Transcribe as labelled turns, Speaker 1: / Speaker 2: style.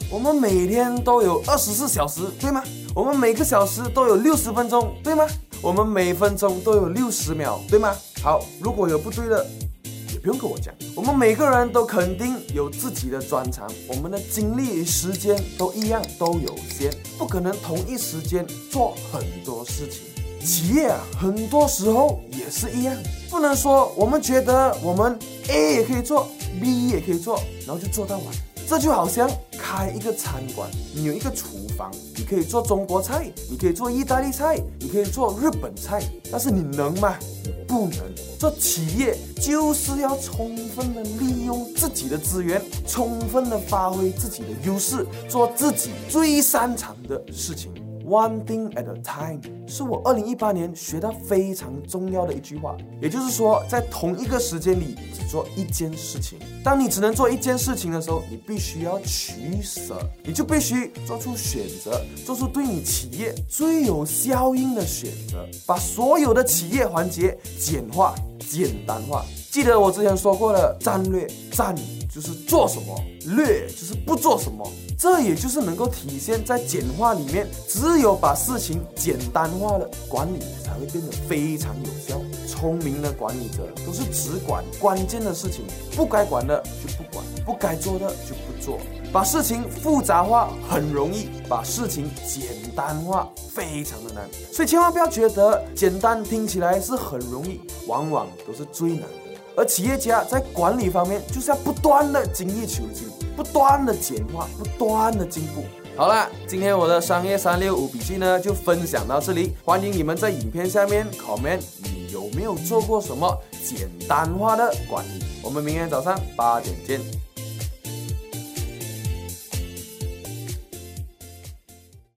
Speaker 1: 我们每天都有24小时，对吗？我们每个小时都有60分钟，对吗？我们每分钟都有60秒，对吗？好，如果有不对的，也不用跟我讲。我们每个人都肯定有自己的专长，我们的精力与时间都一样，都有限，不可能同一时间做很多事情。企业很多时候也是一样，不能说我们觉得我们 A 也可以做 ，B 也可以做，然后就做到完。这就好像开一个餐馆，你有一个厨房，你可以做中国菜，你可以做意大利菜，你可以做日本菜，但是你能吗？你不能。做企业就是要充分的利用自己的资源，充分的发挥自己的优势，做自己最擅长的事情。One thing at a time 是我2018年学到非常重要的一句话，也就是说，在同一个时间里只做一件事情。当你只能做一件事情的时候，你必须要取舍，你就必须做出选择，做出对你企业最有效应的选择，把所有的企业环节简化、简单化。记得我之前说过的战略，战就是做什么，略就是不做什么。这也就是能够体现在简化里面，只有把事情简单化了，管理才会变得非常有效。聪明的管理者都是只管关键的事情，不该管的就不管，不该做的就不做。把事情复杂化很容易，把事情简单化非常的难。所以千万不要觉得简单听起来是很容易，往往都是最难的。而企业家在管理方面就是要不断的精益求精，不断的简化，不断的进步。好啦，今天我的商业365笔记呢就分享到这里，欢迎你们在影片下面 comment 你有没有做过什么简单化的管理。我们明天早上8点见。